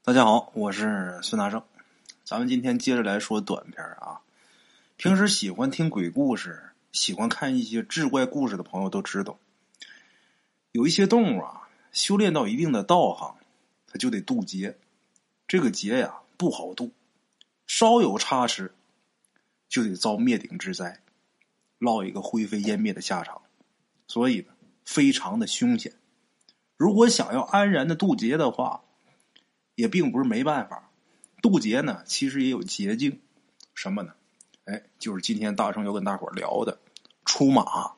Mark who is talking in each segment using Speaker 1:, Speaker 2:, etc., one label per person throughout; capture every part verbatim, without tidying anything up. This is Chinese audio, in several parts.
Speaker 1: 大家好，我是孙大圣。咱们今天接着来说短片啊。平时喜欢听鬼故事，喜欢看一些志怪故事的朋友都知道，有一些动物啊，修炼到一定的道行，它就得渡劫。这个劫呀不好渡，稍有差池，就得遭灭顶之灾，落一个灰飞烟灭的下场。所以呢，非常的凶险。如果想要安然的渡劫的话，也并不是没办法。渡劫呢，其实也有捷径。什么呢？哎，就是今天大圣要跟大伙聊的出马。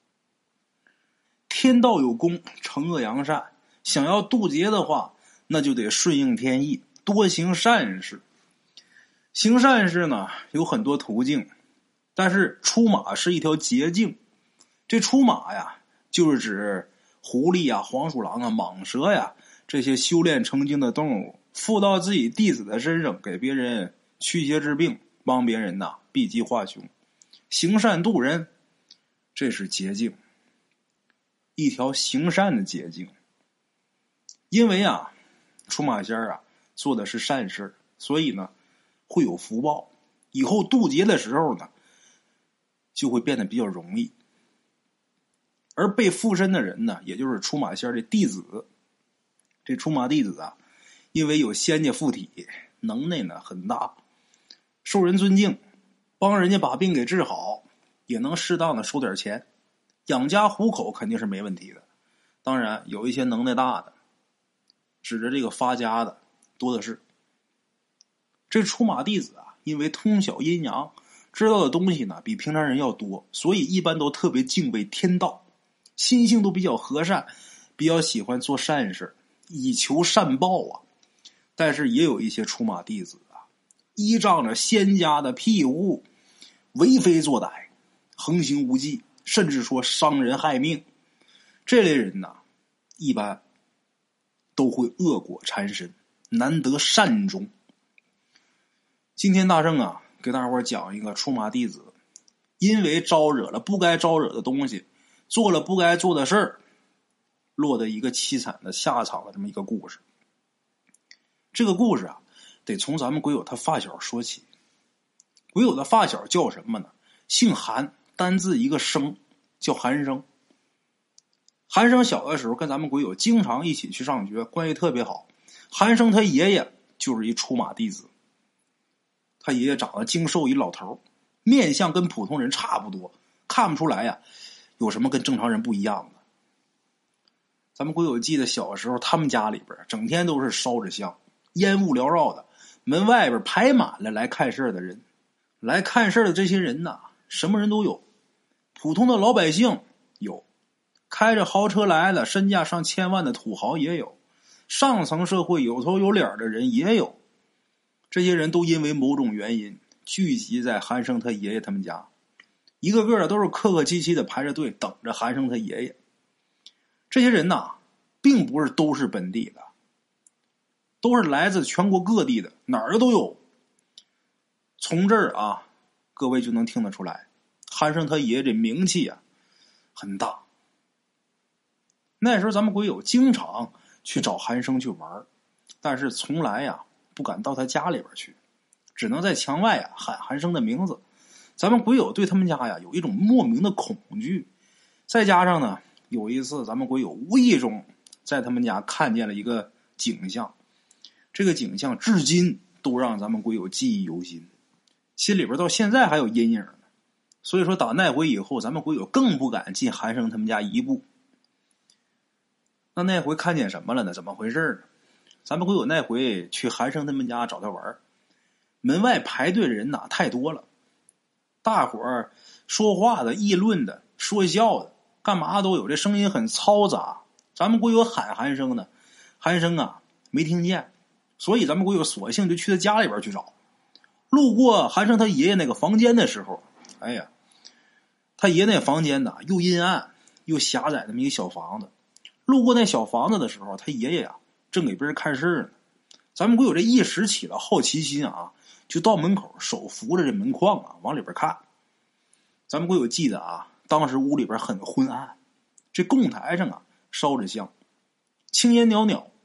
Speaker 1: 天道有公，惩恶扬善。想要渡劫的话，那就得顺应天意，多行善事。行善事呢，有很多途径，但是出马是一条捷径。这出马呀，就是指狐狸啊、黄鼠狼啊、蟒蛇呀，这些修炼成精的动物，附到自己弟子的身上，给别人驱邪治病，帮别人呐避疾化凶，行善度人，这是捷径，一条行善的捷径。因为啊，出马仙啊做的是善事，所以呢会有福报，以后渡劫的时候呢就会变得比较容易。而被附身的人呢，也就是出马仙的弟子。这出马弟子啊，因为有仙家附体，能耐呢很大，受人尊敬，帮人家把病给治好，也能适当的收点钱，养家糊口肯定是没问题的。当然有一些能耐大的，指着这个发家的多的是。这出马弟子啊，因为通晓阴阳，知道的东西呢比平常人要多，所以一般都特别敬畏天道，心性都比较和善，比较喜欢做善事，以求善报啊。但是也有一些出马弟子啊，依仗着仙家的庇护，为非作歹，横行无忌，甚至说伤人害命。这类人呢，一般都会恶果缠身，难得善终。今天大圣啊，给大伙讲一个出马弟子因为招惹了不该招惹的东西，做了不该做的事儿，落得一个凄惨的下场的这么一个故事。这个故事啊，得从咱们鬼友他发小说起。鬼友的发小叫什么呢？姓韩，单字一个生，叫韩生。韩生小的时候跟咱们鬼友经常一起去上学，关系特别好。韩生他爷爷就是一出马弟子，他爷爷长得精瘦一老头，面相跟普通人差不多，看不出来呀有什么跟正常人不一样的。咱们鬼友记得小时候他们家里边整天都是烧着香，烟雾缭绕的，门外边排满了来看事的人。来看事的这些人呐，什么人都有，普通的老百姓有，开着豪车来的身价上千万的土豪也有，上层社会有头有脸的人也有。这些人都因为某种原因聚集在韩生他爷爷他们家，一个个的都是客客气气的排着队等着韩生他爷爷。这些人呐，并不是都是本地的，都是来自全国各地的，哪儿的都有。从这儿啊，各位就能听得出来，韩生他爷爷这名气啊很大。那时候咱们鬼友经常去找韩生去玩，但是从来呀、啊、不敢到他家里边去，只能在墙外啊喊韩生的名字。咱们鬼友对他们家呀有一种莫名的恐惧。再加上呢，有一次咱们鬼友无意中在他们家看见了一个景象，这个景象至今都让咱们鬼友记忆犹新，心里边到现在还有阴影呢。所以说打那回以后，咱们鬼友更不敢进韩生他们家一步。那那回看见什么了呢？怎么回事呢？咱们鬼友那回去韩生他们家找他玩，门外排队的人哪太多了，大伙儿说话的、议论的、说笑的，干嘛都有，这声音很嘈杂。咱们鬼友喊韩生呢，韩生啊没听见，所以咱们鬼友索性就去他家里边去找。路过韩生他爷爷那个房间的时候，哎呀，他爷爷那房间呢又阴暗又狭窄，那么一个小房子。路过那小房子的时候，他爷爷呀正给别人看事呢。咱们鬼友这一时起了好奇心啊，就到门口手扶着这门框啊往里边看。咱们鬼友记得啊，当时屋里边很昏暗，这供台上啊烧着香，青烟袅袅。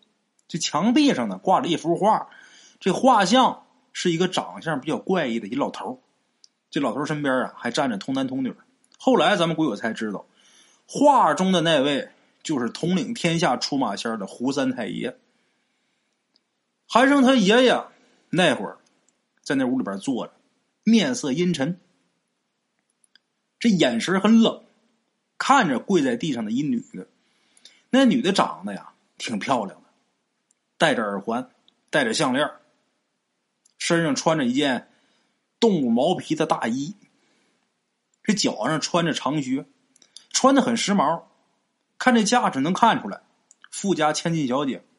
Speaker 1: 这墙壁上呢挂着一幅画，这画像是一个长相比较怪异的一老头，这老头身边啊还站着童男童女。后来咱们鬼友才知道，画中的那位就是统领天下出马仙的胡三太爷。韩生他爷爷那会儿在那屋里边坐着，面色阴沉，这眼神很冷，看着跪在地上的一女的。那女的长得呀挺漂亮的，戴着耳环，戴着项链，身上穿着一件动物毛皮的大衣，这脚上穿着长靴，穿得很时髦，看这架势能看出来富家千金小姐。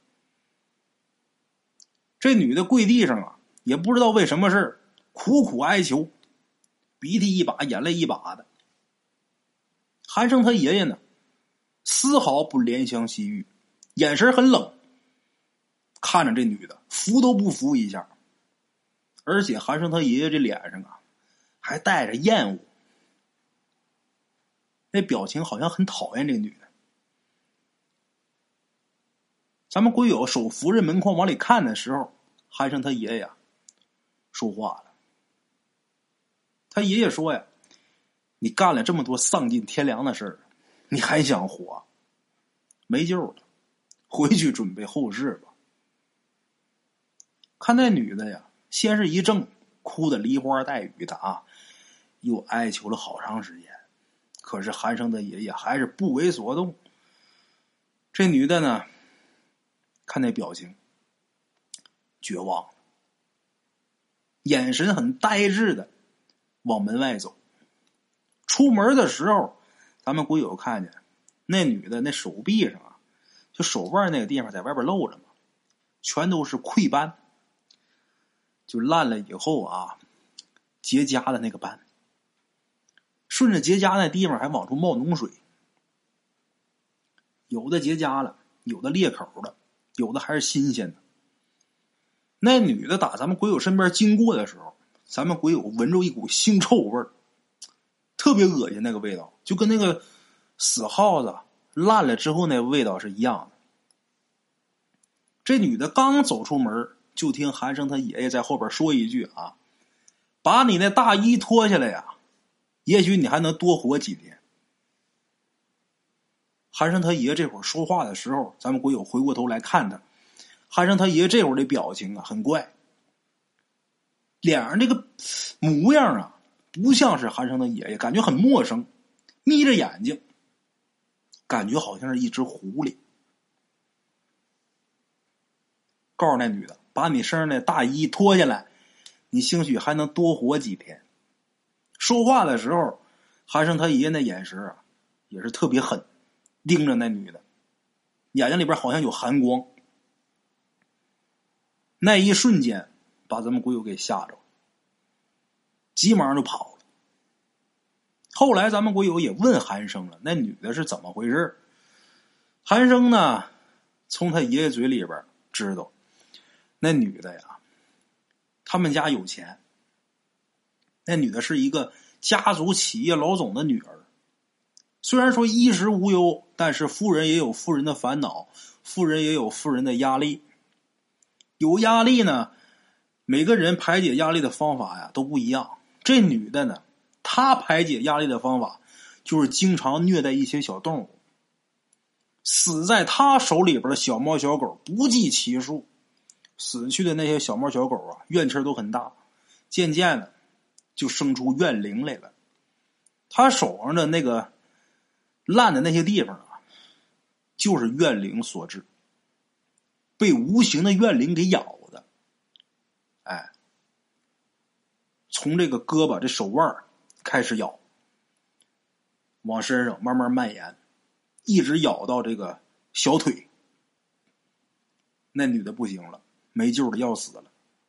Speaker 1: 这女的跪地上啊，也不知道为什么事苦苦哀求，鼻涕一把眼泪一把的。韩生他爷爷呢丝毫不怜香惜玉，眼神很冷，看着这女的扶都不扶一下。而且韩生他爷爷这脸上啊还带着厌恶，那表情好像很讨厌这女的。咱们鬼友手扶着门框往里看的时候，韩生他爷爷说话了。他爷爷说呀，你干了这么多丧尽天良的事儿，你还想活？没救了，回去准备后事吧。看那女的呀，先是一怔，哭得梨花带雨的啊，又哀求了好长时间。可是韩生的爷爷还是不为所动。这女的呢，看那表情绝望了，眼神很呆滞的往门外走。出门的时候，咱们鬼友看见那女的那手臂上啊，就手腕那个地方在外边露着嘛，全都是溃斑，就烂了以后啊结痂的那个斑，顺着结痂那地方还往出冒脓水，有的结痂了，有的裂口了，有的还是新鲜的。那女的打咱们鬼友身边经过的时候，咱们鬼友闻着一股腥臭味儿，特别恶心，那个味道就跟那个死耗子烂了之后那味道是一样的。这女的刚走出门，就听韩生他爷爷在后边说一句啊，把你那大衣脱下来呀，也许你还能多活几天。韩生他爷这会儿说话的时候，咱们鬼友回过头来看他，韩生他爷这会儿的表情啊很怪，脸上这个模样啊不像是韩生的爷爷，感觉很陌生，眯着眼睛，感觉好像是一只狐狸。告诉那女的，把你身上的大衣脱下来，你兴许还能多活几天。说话的时候，韩生他爷爷那眼神啊也是特别狠，盯着那女的，眼睛里边好像有寒光。那一瞬间把咱们鬼友给吓着，急忙就跑了。后来咱们鬼友也问韩生了，那女的是怎么回事？韩生呢从他爷爷嘴里边知道，那女的呀他们家有钱，那女的是一个家族企业老总的女儿，虽然说衣食无忧，但是富人也有富人的烦恼，富人也有富人的压力。有压力呢，每个人排解压力的方法呀都不一样。这女的呢，她排解压力的方法就是经常虐待一些小动物，死在她手里边的小猫小狗不计其数，死去的那些小猫小狗啊怨气都很大，渐渐的就生出怨灵来了。她手上的那个烂的那些地方啊，就是怨灵所致，被无形的怨灵给咬的。哎，从这个胳膊这手腕开始咬，往身上慢慢蔓延，一直咬到这个小腿。那女的不行了，没救了，要死了。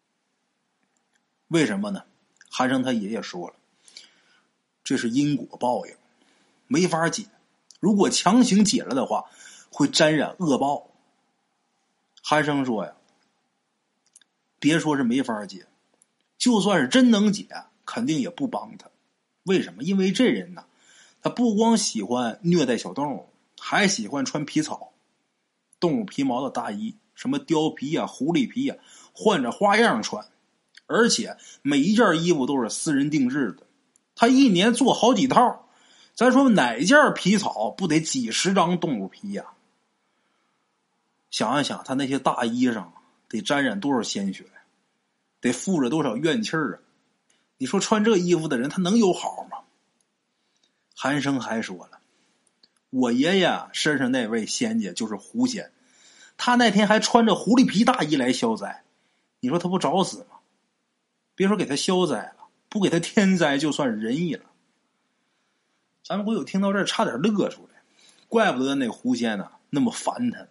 Speaker 1: 为什么呢？韩生他爷爷说了，这是因果报应，没法解，如果强行解了的话会沾染恶报。韩生说呀，别说是没法解，就算是真能解，肯定也不帮他。为什么？因为这人呢，他不光喜欢虐待小动物，还喜欢穿皮草、动物皮毛的大衣， 什么貂皮啊、狐狸皮啊，换着花样穿，而且每一件衣服都是私人定制的。他一年做好几套，咱说哪件皮草不得几十张动物皮呀、啊？想一想，他那些大衣裳得沾染多少鲜血，得负着多少怨气儿啊！你说穿这衣服的人，他能有好吗？韩生还说了，我爷爷身上那位仙家就是狐仙，他那天还穿着狐狸皮大衣来消灾，你说他不找死吗？别说给他消灾了，不给他天灾就算仁义了。咱们鬼友听到这儿差点乐出来，怪不得那狐仙呢、啊、那么烦他呢。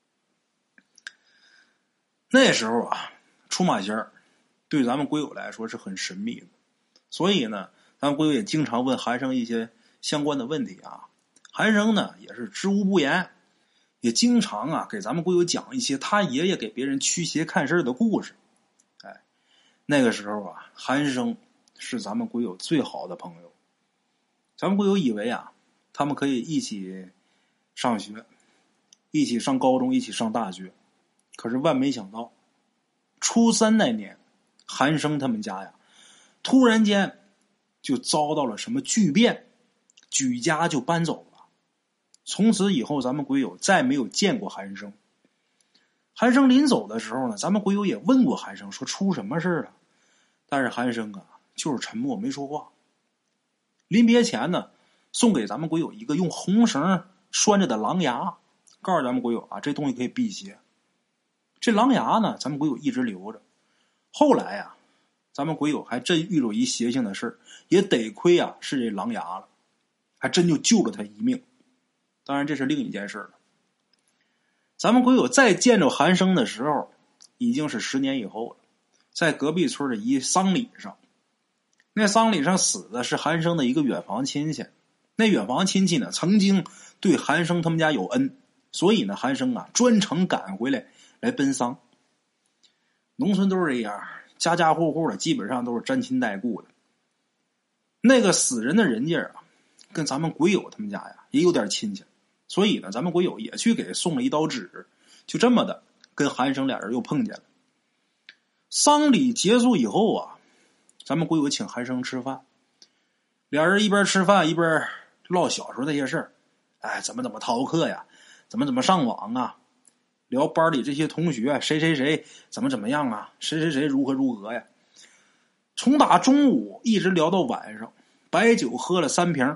Speaker 1: 那时候啊，出马仙儿对咱们鬼友来说是很神秘的，所以呢，咱们鬼友也经常问韩生一些相关的问题啊。韩生呢也是知无不言，也经常啊给咱们鬼友讲一些他爷爷给别人驱邪看事的故事。哎，那个时候啊，韩生是咱们鬼友最好的朋友。咱们鬼友以为啊，他们可以一起上学，一起上高中，一起上大学。可是万没想到，初三那年，韩生他们家呀，突然间就遭到了什么巨变，举家就搬走了。从此以后，咱们鬼友再没有见过韩生。韩生临走的时候呢，咱们鬼友也问过韩生，说出什么事了？但是韩生啊，就是沉默没说话。临别前呢，送给咱们鬼友一个用红绳拴着的狼牙，告诉咱们鬼友啊，这东西可以辟邪。这狼牙呢，咱们鬼友一直留着。后来啊，咱们鬼友还真遇着一邪性的事，也得亏啊是这狼牙了，还真就救了他一命。当然这是另一件事了。咱们鬼友再见着韩生的时候，已经是十年以后了，在隔壁村的一丧礼上。那丧礼上死的是韩生的一个远房亲戚，那远房亲戚呢，曾经对韩生他们家有恩，所以呢，韩生啊专程赶回来来奔丧。农村都是这样，家家户户的基本上都是沾亲带故的。那个死人的人家啊，跟咱们鬼友他们家呀也有点亲戚，所以呢，咱们鬼友也去给送了一刀纸，就这么的跟韩生俩人又碰见了。丧礼结束以后啊，咱们鬼友请韩生吃饭，俩人一边吃饭一边唠小时候那些事儿，哎，怎么怎么逃课呀，怎么怎么上网啊，聊班里这些同学谁谁谁怎么怎么样啊，谁谁谁如何如何呀。从打中午一直聊到晚上，白酒喝了三瓶，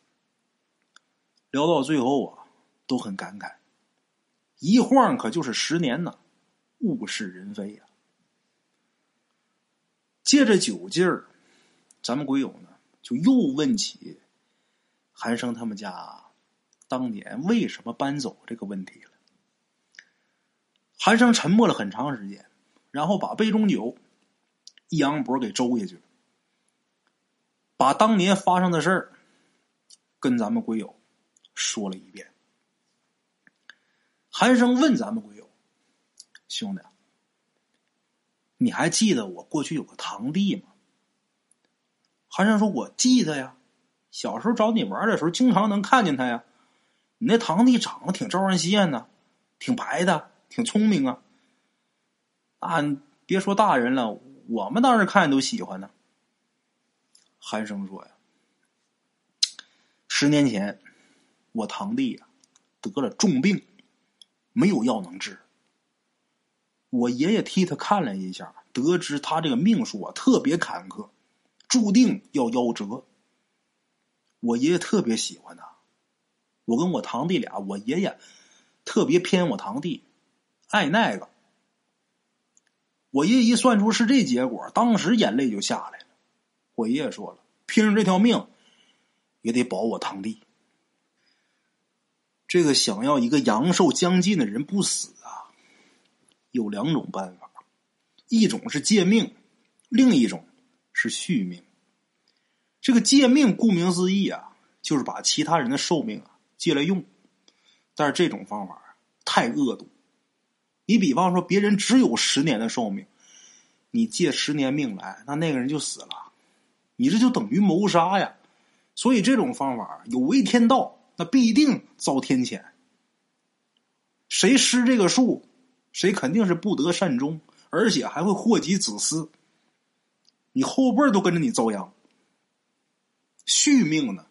Speaker 1: 聊到最后啊，都很感慨，一晃可就是十年呢，物是人非呀。借着酒劲儿，咱们鬼友呢就又问起韩生他们家当年为什么搬走这个问题了。韩生沉默了很长时间，然后把杯中酒一扬脖给周下去了，把当年发生的事儿跟咱们鬼友说了一遍。韩生问咱们鬼友，兄弟，你还记得我过去有个堂弟吗？韩生说，我记得呀，小时候找你玩的时候经常能看见他呀。你那堂弟长得挺招人稀罕的，挺白的，挺聪明啊。啊，别说大人了，我们当时看都喜欢呢。韩生说呀，十年前我堂弟呀、啊、得了重病，没有药能治。我爷爷替他看了一下，得知他这个命数啊特别坎坷，注定要夭折。我爷爷特别喜欢他，我跟我堂弟俩，我爷爷特别偏我堂弟，爱那个。我爷爷一算出是这结果，当时眼泪就下来了。我爷爷说了，拼上这条命也得保我堂弟。这个想要一个阳寿将尽的人不死啊，有两种办法，一种是借命，另一种是续命。这个借命顾名思义啊，就是把其他人的寿命啊借来用，但是这种方法太恶毒。你比方说别人只有十年的寿命，你借十年命来，那那个人就死了，你这就等于谋杀呀。所以这种方法有违天道，那必定遭天谴。谁施这个术， 谁肯定是不得善终，而且还会祸及子嗣，你后辈都跟着你遭殃。续命呢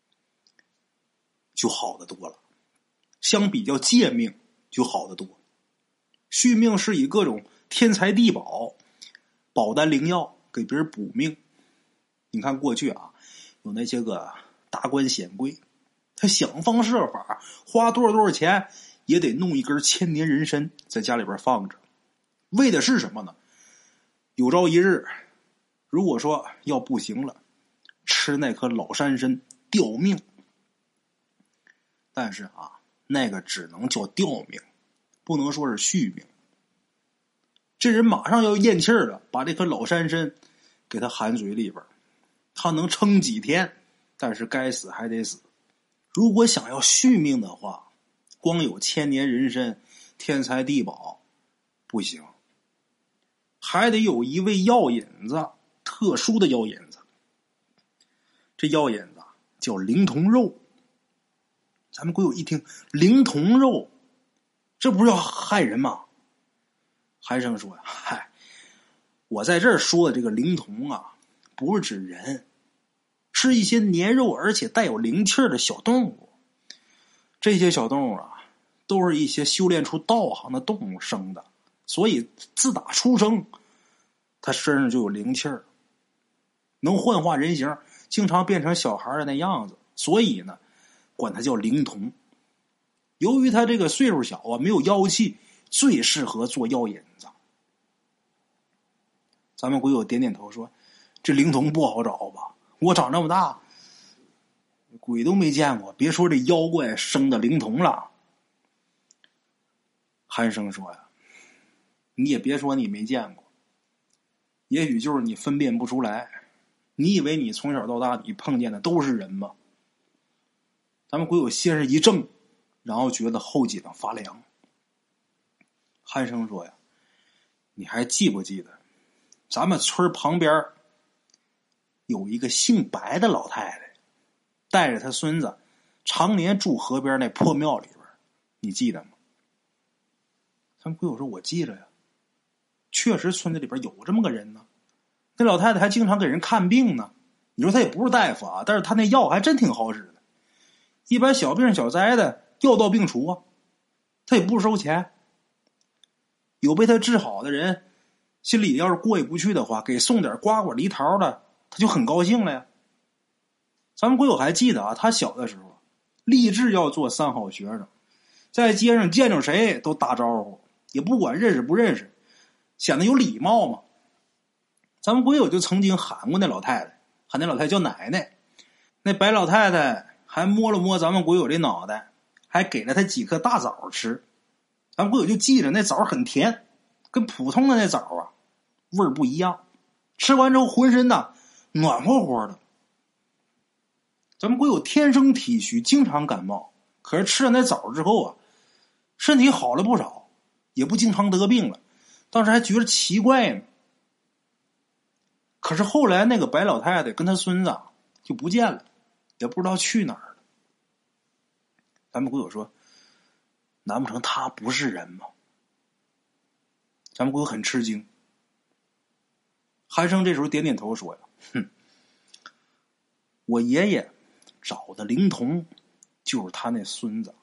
Speaker 1: 就好得多了，相比较借命就好得多。续命是以各种天财地宝、宝丹灵药给别人补命。你看过去啊，有那些个达官显贵，他想方设法花多少多少钱也得弄一根千年人参在家里边放着，为的是什么呢？有朝一日如果说要不行了，吃那颗老山参吊命。但是啊，那个只能叫吊命，不能说是续命。这人马上要咽气儿了，把这颗老山参给他含嘴里边，他能撑几天，但是该死还得死。如果想要续命的话，光有千年人参、天财地宝不行，还得有一味药引子，特殊的药引子。这药引子叫灵童肉。咱们鬼友一听灵童肉，这不是要害人吗？韩生说呀，嗨，我在这儿说的这个灵童啊，不是指人，是一些粘肉而且带有灵气的小动物。这些小动物啊，都是一些修炼出道行的动物生的，所以自打出生，它身上就有灵气儿，能幻化人形，经常变成小孩的那样子，所以呢，管它叫灵童。由于他这个岁数小啊，没有妖气，最适合做药引子。咱们鬼友点点头说，这灵童不好找吧，我长这么大鬼都没见过，别说这妖怪生的灵童了。韩生说呀，你也别说你没见过，也许就是你分辨不出来，你以为你从小到大你碰见的都是人吗？咱们鬼友先是一怔，然后觉得后脊梁发凉。韩生说呀，你还记不记得咱们村旁边有一个姓白的老太太，带着他孙子常年住河边那破庙里边，你记得吗？咱们鬼友说，我记着呀，确实村子里边有这么个人呢。那老太太还经常给人看病呢，你说她也不是大夫啊，但是她那药还真挺好使的，一般小病小灾的药到病除啊，她也不收钱。有被她治好的人心里要是过意不去的话，给送点瓜果梨桃的，他就很高兴了呀。咱们鬼友还记得啊，他小的时候立志要做三好学生，在街上见着谁都打招呼，也不管认识不认识，显得有礼貌嘛。咱们鬼友就曾经喊过那老太太，喊那老太太叫奶奶。那白老太太还摸了摸咱们鬼友这脑袋，还给了他几颗大枣吃。咱们鬼友就记着那枣很甜，跟普通的那枣啊味儿不一样，吃完之后浑身呐暖和和的。咱们鬼友天生体虚，经常感冒，可是吃了那枣之后啊，身体好了不少，也不经常得病了。当时还觉得奇怪呢。可是后来那个白老太太跟她孙子就不见了，也不知道去哪儿了。咱们鬼友说，难不成他不是人吗？咱们鬼友很吃惊。韩生这时候点点头说呀，哼，我爷爷找的灵童就是他那孙子。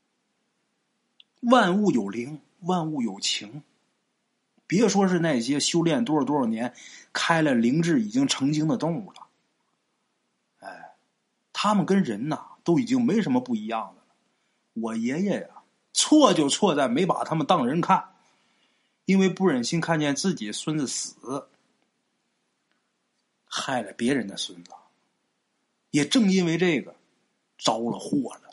Speaker 1: 万物有灵，万物有情，别说是那些修炼多少多少年开了灵智已经成精的动物了，哎，他们跟人呐都已经没什么不一样的了。我爷爷呀，错就错在没把他们当人看，因为不忍心看见自己孙子死，害了别人的孙子，也正因为这个着了祸了。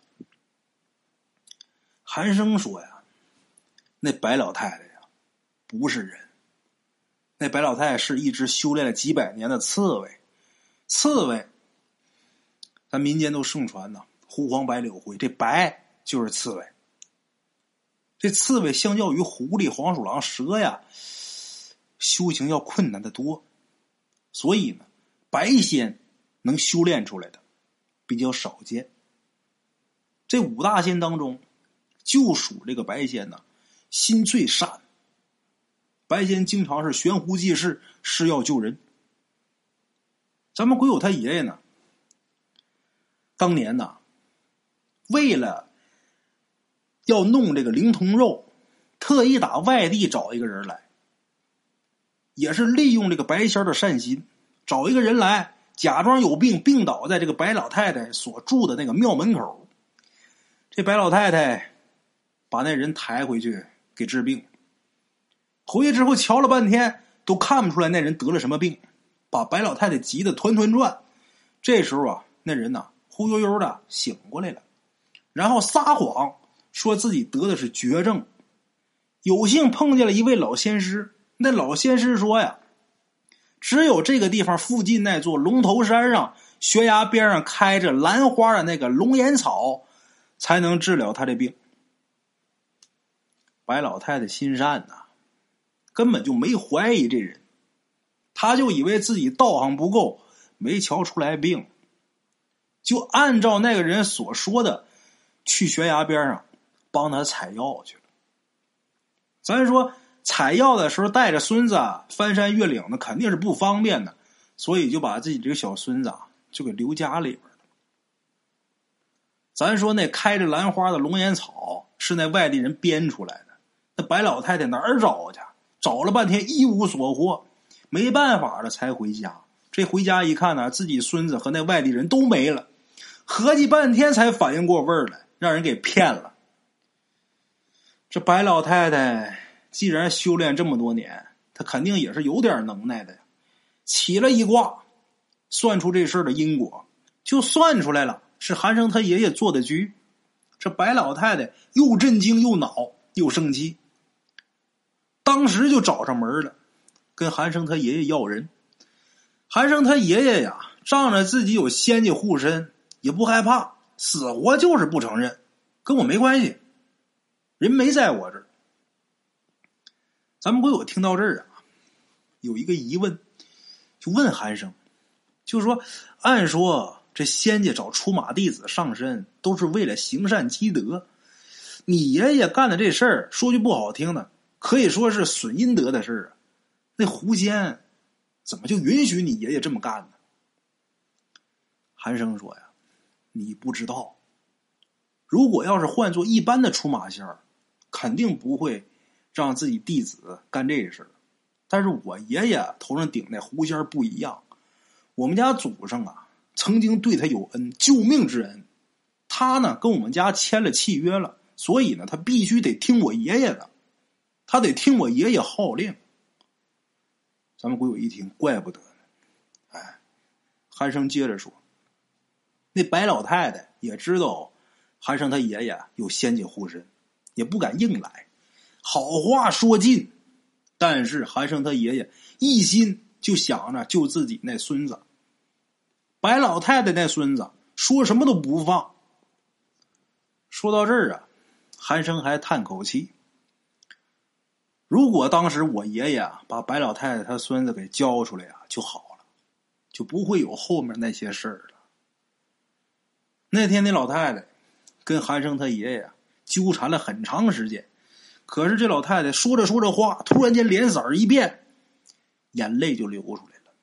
Speaker 1: 韩生说呀，那白老太太呀不是人，那白老太太是一只修炼了几百年的刺猬。刺猬咱民间都盛传呢，狐黄白柳灰，这白就是刺猬。这刺猬相较于狐狸、黄鼠狼、蛇呀，修行要困难得多，所以呢，白仙能修炼出来的比较少见。这五大仙当中，就属这个白仙呢， 心最善。白仙经常是悬壶济世，施药救人。咱们鬼友他爷爷呢，当年呢，为了要弄这个灵童肉，特意打外地找一个人来，也是利用这个白仙的善心，找一个人来假装有病，病倒在这个白老太太所住的那个庙门口。这白老太太把那人抬回去给治病，回去之后瞧了半天都看不出来那人得了什么病，把白老太太急得团团转。这时候啊，那人呢忽悠悠的醒过来了，然后撒谎说自己得的是绝症。有幸碰见了一位老仙师，那老仙师说呀，只有这个地方附近那座龙头山上悬崖边上开着兰花的那个龙眼草才能治疗他的病。白老太太心善呐，根本就没怀疑这人，他就以为自己道行不够，没瞧出来病，就按照那个人所说的去悬崖边上帮他采药去了。咱说采药的时候带着孙子啊，翻山越岭的肯定是不方便的，所以就把自己这个小孙子啊就给留家里边了。咱说那开着兰花的龙眼草是那外地人编出来的，那白老太太哪儿找去？找了半天一无所获，没办法了才回家。这回家一看呢，自己孙子和那外地人都没了，合计半天才反应过味儿来，让人给骗了。这白老太太既然修炼这么多年，她肯定也是有点能耐的呀。起了一卦，算出这事儿的因果，就算出来了是韩生他爷爷做的局。这白老太太又震惊又恼又生气，当时就找上门了，跟韩生他爷爷要人。韩生他爷爷呀，仗着自己有仙家护身，也不害怕，死活就是不承认，跟我没关系，人没在我这儿。咱们鬼友听到这儿啊，有一个疑问，就问韩生，就说按说这仙家找出马弟子上身都是为了行善积德，你爷爷干的这事儿说句不好听的，可以说是损阴德的事儿啊，那狐仙怎么就允许你爷爷这么干呢？韩生说呀，你不知道，如果要是换做一般的出马仙儿，肯定不会让自己弟子干这事儿。但是我爷爷头上顶那狐仙不一样，我们家祖上啊曾经对他有恩，救命之恩，他呢跟我们家签了契约了，所以呢他必须得听我爷爷的，他得听我爷爷号令。咱们鬼友一听，怪不得呢。哎，韩生接着说，那白老太太也知道韩生他爷爷有仙家护身，也不敢硬来，好话说尽。但是韩生他爷爷一心就想着救自己那孙子，白老太太那孙子说什么都不放。说到这儿啊，韩生还叹口气，如果当时我爷爷啊把白老太太他孙子给交出来啊就好了，就不会有后面那些事儿了。那天那老太太跟韩生他爷爷纠缠了很长时间，可是这老太太说着说着话，突然间脸色一变，眼泪就流出来了，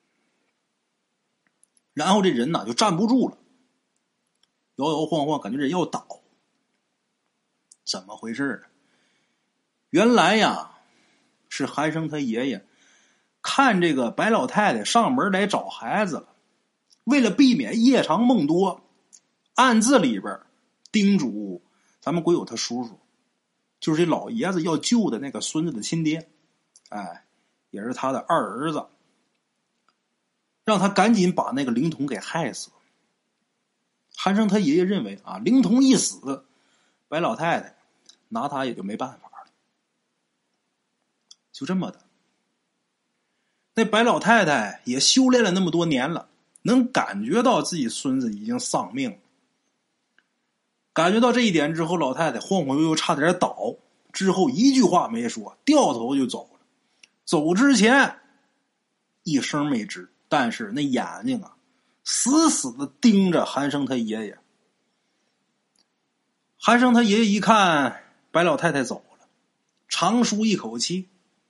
Speaker 1: 然后这人呢就站不住了，摇摇晃晃，感觉人要倒。怎么回事呢？原来呀是韩生他爷爷看这个白老太太上门来找孩子了，为了避免夜长梦多，暗自里边叮嘱咱们鬼友他叔叔，就是这老爷子要救的那个孙子的亲爹，哎，也是他的二儿子，让他赶紧把那个灵童给害死。韩生他爷爷认为啊，灵童一死，白老太太拿他也就没办法了。就这么的，那白老太太也修炼了那么多年了，能感觉到自己孙子已经丧命了。感觉到这一点之后，老太太晃晃悠悠差点倒，之后一句话没说，掉头就走了。走之前一声没吱，但是那眼睛啊死死的盯着韩生他爷爷。韩生他爷爷一看白老太太走了， 长舒一口气。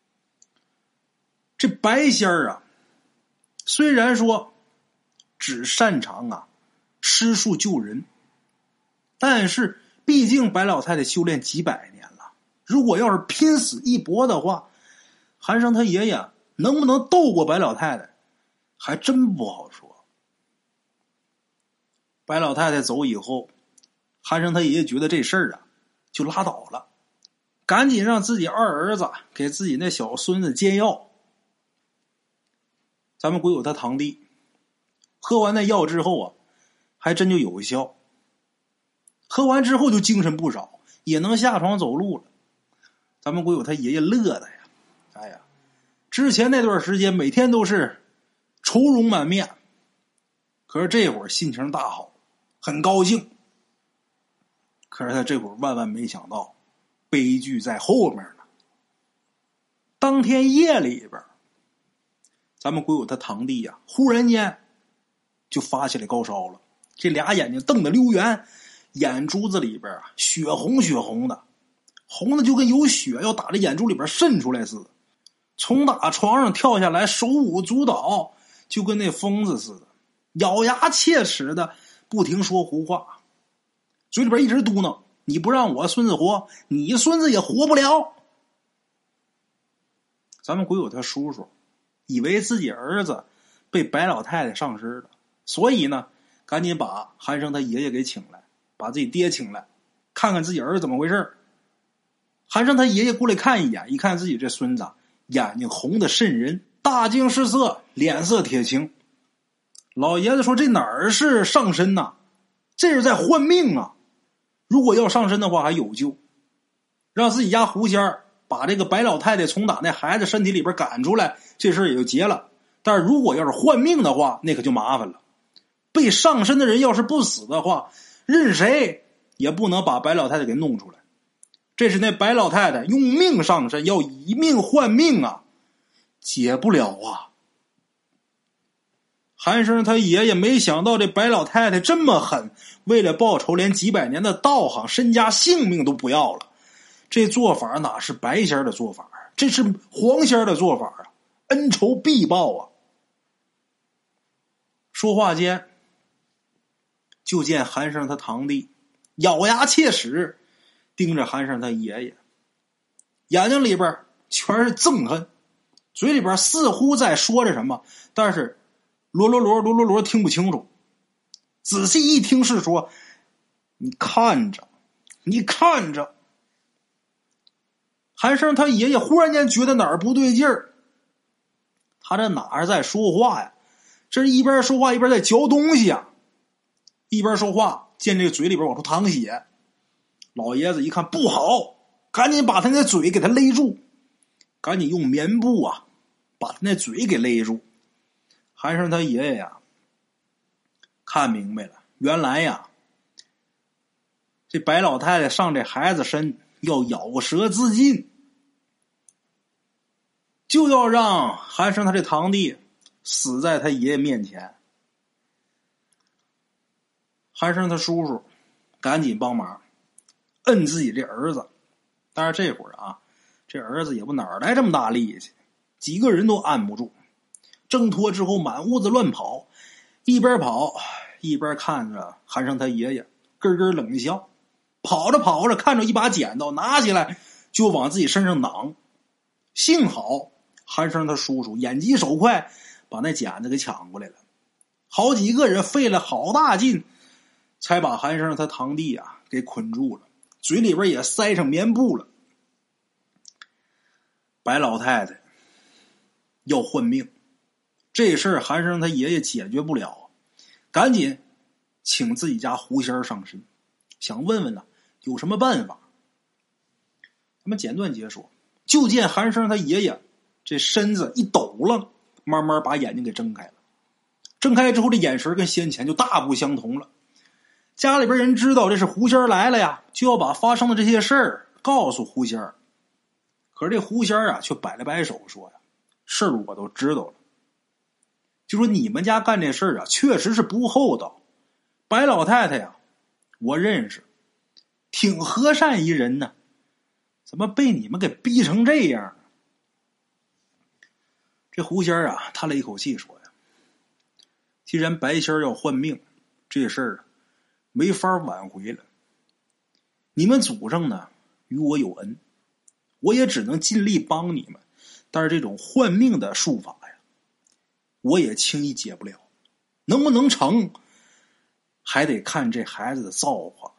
Speaker 1: 这白仙儿啊，虽然说只擅长啊施术救人，但是毕竟白老太太修炼几百年了，如果要是拼死一搏的话，韩生他爷爷能不能斗过白老太太，还真不好说。白老太太走以后，韩生他爷爷觉得这事儿啊就拉倒了，赶紧让自己二儿子给自己那小孙子煎药。咱们鬼友他堂弟喝完那药之后啊，还真就有效，喝完之后就精神不少，也能下床走路了。咱们鬼友他爷爷乐的呀，哎呀，之前那段时间每天都是愁容满面，可是这会儿心情大好，很高兴。可是他这会儿万万没想到，悲剧在后面呢。当天夜里边，咱们鬼友他堂弟呀、啊，忽然间就发起来高烧了，这俩眼睛瞪得溜圆，眼珠子里边啊血红血红的，红的就跟有血要打在眼珠里边渗出来似的。从打床上跳下来，手舞足蹈，就跟那疯子似的，咬牙切齿的不停说胡话，嘴里边一直嘟囔：你不让我孙子活，你孙子也活不了。咱们鬼友他叔叔以为自己儿子被白老太太上身了，所以呢赶紧把韩生他爷爷给请来，把自己爹请来，看看自己儿子怎么回事。韩生他爷爷过来看一眼，一看自己这孙子眼睛红得渗人，大惊失色，脸色铁青。老爷子说：这哪儿是上身呐、啊，这是在换命啊！如果要上身的话还有救，让自己家狐仙儿把这个白老太太从打那孩子身体里边赶出来，这事儿也就结了。但是如果要是换命的话，那可就麻烦了。被上身的人要是不死的话，任谁也不能把白老太太给弄出来。这是那白老太太用命上身，要以命换命啊，解不了啊。韩生他爷爷没想到这白老太太这么狠，为了报仇连几百年的道行身家性命都不要了。这做法哪是白仙的做法，这是黄仙的做法啊，恩仇必报啊。说话间，就见韩生他堂弟咬牙切齿盯着韩生他爷爷，眼睛里边全是憎恨，嘴里边似乎在说着什么，但是罗罗罗罗罗罗听不清楚。仔细一听是说：你看着，你看着。韩生他爷爷忽然间觉得哪儿不对劲儿，他这哪儿在说话呀？这是一边说话一边在嚼东西啊！一边说话，见这个嘴里边往出淌血，老爷子一看不好，赶紧把他那嘴给他勒住，赶紧用棉布啊把他那嘴给勒住。韩生他爷爷呀看明白了，原来呀这白老太太上这孩子身要咬舌自尽，就要让韩生他这堂弟死在他爷爷面前。韩生他叔叔赶紧帮忙摁自己这儿子，但是这会儿啊这儿子也不哪儿来这么大力气，几个人都按不住，挣脱之后满屋子乱跑，一边跑一边看着韩生他爷爷咯咯冷笑，跑着跑着看着一把剪刀拿起来就往自己身上攮。幸好韩生他叔叔眼疾手快，把那剪子给抢过来了，好几个人费了好大劲才把韩生他堂弟啊给捆住了，嘴里边也塞上棉布了。白老太太要换命，这事儿韩生他爷爷解决不了，赶紧请自己家狐仙上身，想问问呢有什么办法。咱们简短解说，就见韩生他爷爷这身子一抖了，慢慢把眼睛给睁开了。睁开之后，这眼神跟先前就大不相同了。家里边人知道这是狐仙来了呀，就要把发生的这些事儿告诉狐仙。可是这狐仙啊却摆了摆手说呀，事儿我都知道了，就说你们家干这事儿啊确实是不厚道，白老太太呀我认识，挺和善一人呢。 怎么被你们给逼成这样？这狐仙啊叹了一口气说呀，既然白仙要换命，这事儿啊没法挽回了。你们祖上呢与我有恩，我也只能尽力帮你们，但是这种换命的术法呀，我也轻易解不了，能不能成还得看这孩子的造化。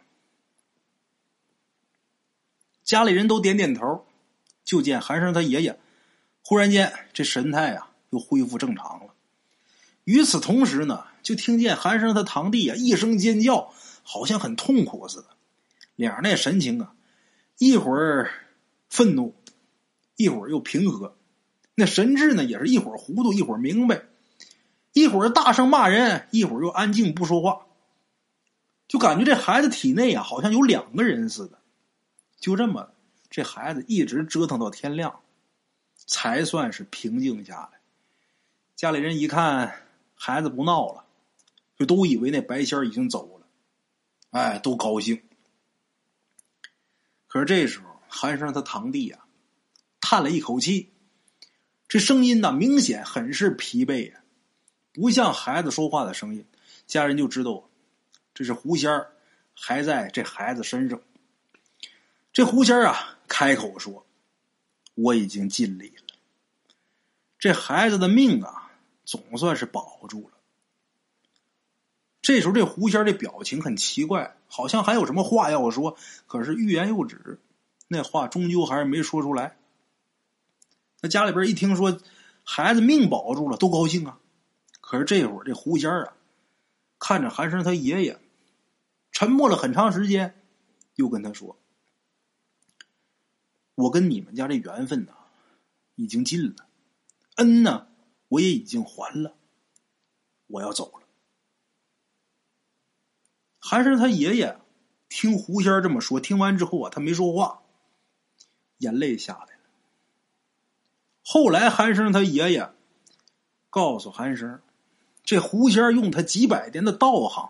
Speaker 1: 家里人都点点头，就见韩生他爷爷忽然间这神态啊又恢复正常了。与此同时呢，就听见韩生他堂弟啊一声尖叫，好像很痛苦似的，脸上那神情啊一会儿愤怒一会儿又平和，那神志呢也是一会儿糊涂一会儿明白，一会儿大声骂人一会儿又安静不说话，就感觉这孩子体内啊好像有两个人似的。就这么这孩子一直折腾到天亮才算是平静下来。家里人一看孩子不闹了，就都以为那白仙已经走了，哎，都高兴。可是这时候韩生他堂弟啊叹了一口气，这声音呢明显很是疲惫啊，不像孩子说话的声音。家人就知道这是狐仙儿还在这孩子身上。这狐仙儿啊开口说，我已经尽力了，这孩子的命啊总算是保住了。这时候这狐仙儿这表情很奇怪，好像还有什么话要说，可是欲言又止，那话终究还是没说出来。那家里边一听说孩子命保住了，都高兴啊。可是这会儿这狐仙儿啊看着韩生他爷爷，沉默了很长时间，又跟他说，我跟你们家这缘分呢已经尽了，恩呢我也已经还了，我要走了。韩生他爷爷听狐仙这么说，听完之后啊他没说话，眼泪下来了。后来韩生他爷爷告诉韩生，这狐仙用他几百年的道行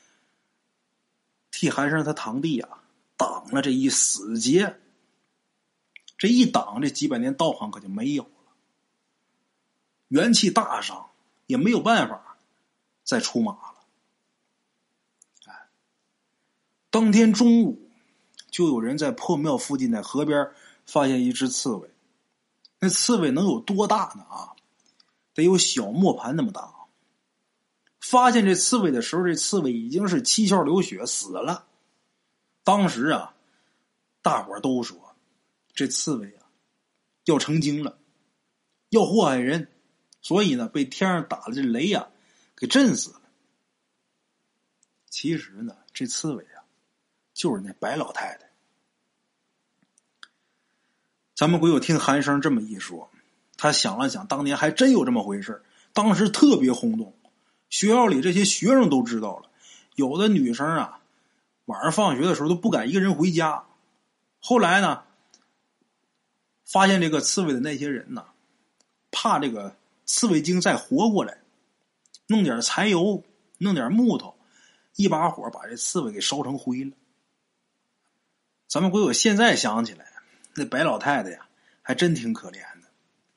Speaker 1: 替韩生他堂弟啊挡了这一死劫，这一挡这几百年道行可就没有了，元气大伤，也没有办法再出马了。哎，当天中午就有人在破庙附近的河边发现一只刺猬，那刺猬能有多大呢啊？得有小磨盘那么大。发现这刺猬的时候，这刺猬已经是七窍流血死了。当时啊大伙儿都说这刺猬啊要成精了，要祸害人，所以呢被天上打了这雷啊给震死了。其实呢这刺猬啊就是那白老太太。咱们鬼友听韩生这么一说，他想了想，当年还真有这么回事，当时特别轰动，学校里这些学生都知道了，有的女生啊晚上放学的时候都不敢一个人回家。后来呢发现这个刺猬的那些人呢，怕这个刺猬精再活过来，弄点柴油弄点木头，一把火把这刺猬给烧成灰了。咱们鬼友现在想起来，那白老太太呀还真挺可怜的。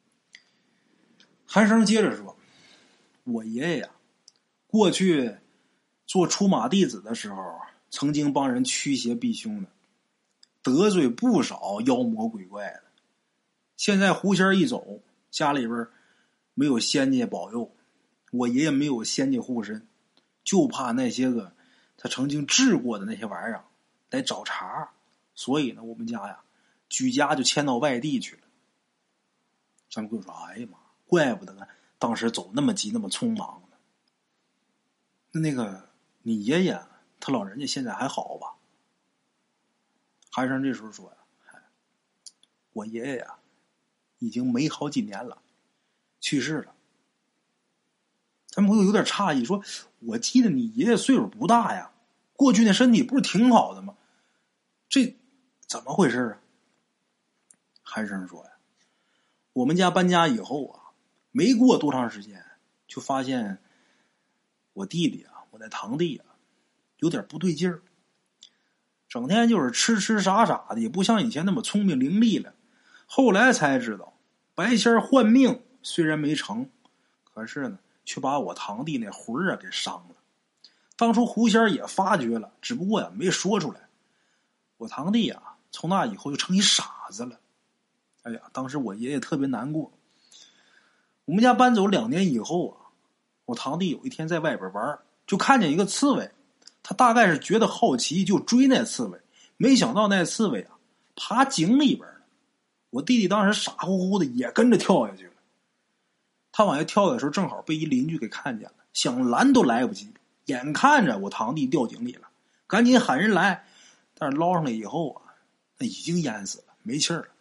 Speaker 1: 韩生接着说，我爷爷呀过去做出马弟子的时候，曾经帮人驱邪避凶的，得罪不少妖魔鬼怪的。现在狐仙一走，家里边没有仙界保佑，我爷爷没有仙界护身，就怕那些个他曾经治过的那些玩意儿来找茬，所以呢我们家呀举家就迁到外地去了。咱们会说，哎呀妈，怪不得当时走那么急那么匆忙呢。那那个你爷爷他老人家现在还好吧？韩生这时候说呀，我爷爷呀已经没好几年了，去世了。咱们会有点诧异，说我记得你爷爷岁数不大呀，过去那身体不是挺好的吗？这怎么回事啊？韩生说呀，我们家搬家以后啊，没过多长时间就发现我弟弟啊，我那堂弟啊有点不对劲儿。 整天就是痴痴傻傻的，也不像以前那么聪明伶俐了。后来才知道，白仙换命虽然没成，可是呢，却把我堂弟那魂儿啊给伤了。当初狐仙也发觉了，只不过呀没说出来。我堂弟啊，从那以后就成一傻子了。哎呀，当时我爷爷特别难过。我们家搬走两年以后啊，我堂弟有一天在外边玩，就看见一个刺猬，他大概是觉得好奇，就追那刺猬，没想到那刺猬啊爬井里边了。我弟弟当时傻乎乎的也跟着跳下去了。他往下跳的时候，正好被一邻居给看见了，想拦都来不及。眼看着我堂弟掉井里了，赶紧喊人来，但是捞上来以后啊，那已经淹死了，没气儿了。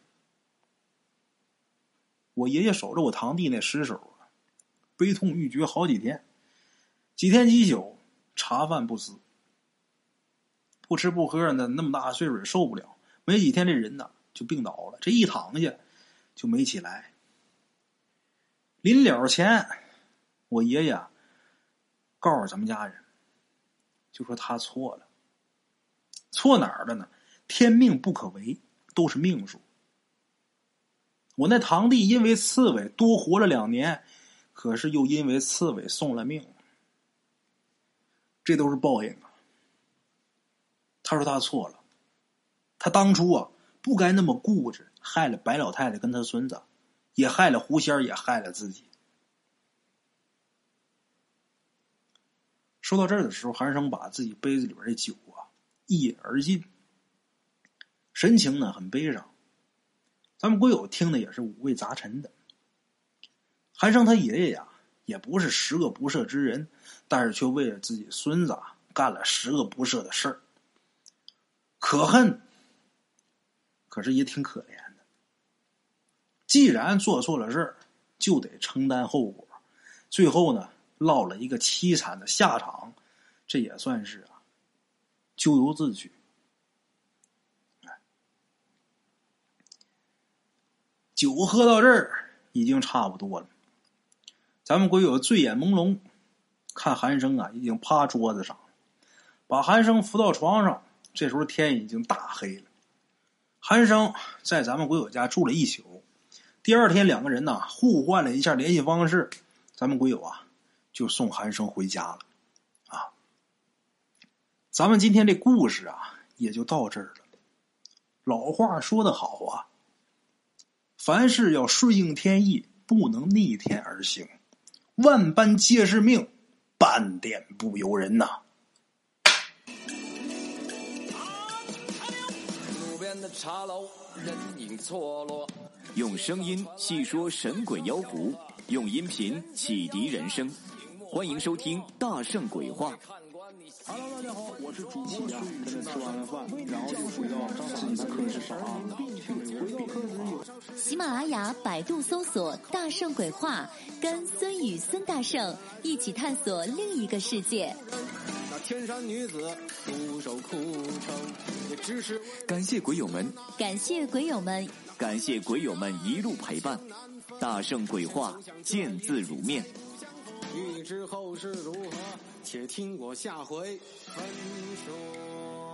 Speaker 1: 我爷爷守着我堂弟那尸首啊，悲痛欲绝好几天，几天几宿，茶饭不思，不吃不喝的，那么大岁数也受不了。没几天这人呢就病倒了，这一躺下就没起来。临了前，我爷爷告诉咱们家人，就说他错了。错哪儿了呢？天命不可违，都是命数。我那堂弟因为刺猬多活了两年，可是又因为刺猬送了命，这都是报应啊。他说他错了，他当初啊不该那么固执，害了白老太太跟他孙子，也害了狐仙，也害了自己。说到这儿的时候，韩生把自己杯子里边的酒啊一饮而尽，神情呢很悲伤。咱们龟友听的也是五味杂陈的。韩生他爷爷呀也不是十恶不赦之人，但是却为了自己孙子啊干了十恶不赦的事儿，可恨，可是也挺可怜的。既然做错了事儿，就得承担后果，最后呢落了一个凄惨的下场，这也算是啊咎由自取。酒喝到这儿已经差不多了，咱们龟友醉眼朦胧，看韩生啊已经趴桌子上了，把韩生扶到床上。这时候天已经大黑了。韩生在咱们龟友家住了一宿，第二天两个人呢互换了一下联系方式，咱们龟友啊就送韩生回家了啊。咱们今天这故事啊也就到这儿了。老话说得好啊，凡事要顺应天意，不能逆天而行。万般皆是命，半点不由人呐。
Speaker 2: 路边的茶楼，人影错落。用声音细说神鬼妖狐，用音频启迪人生。欢迎收听《大圣鬼话》。
Speaker 3: Hello， 大家好，我是主播呀。跟着吃完了饭，然后就回到自己的课室上啊。
Speaker 4: 喜马拉雅、百度搜索“大圣鬼话”，跟孙宇、孙大圣一起探索另一个世界。
Speaker 5: 那天山女子独守枯城，也只是
Speaker 2: 感谢鬼友们，
Speaker 4: 感谢鬼友们，
Speaker 2: 感谢鬼友们一路陪伴。大圣鬼话，见字如面。
Speaker 5: 欲知后事如何，且听我下回分说。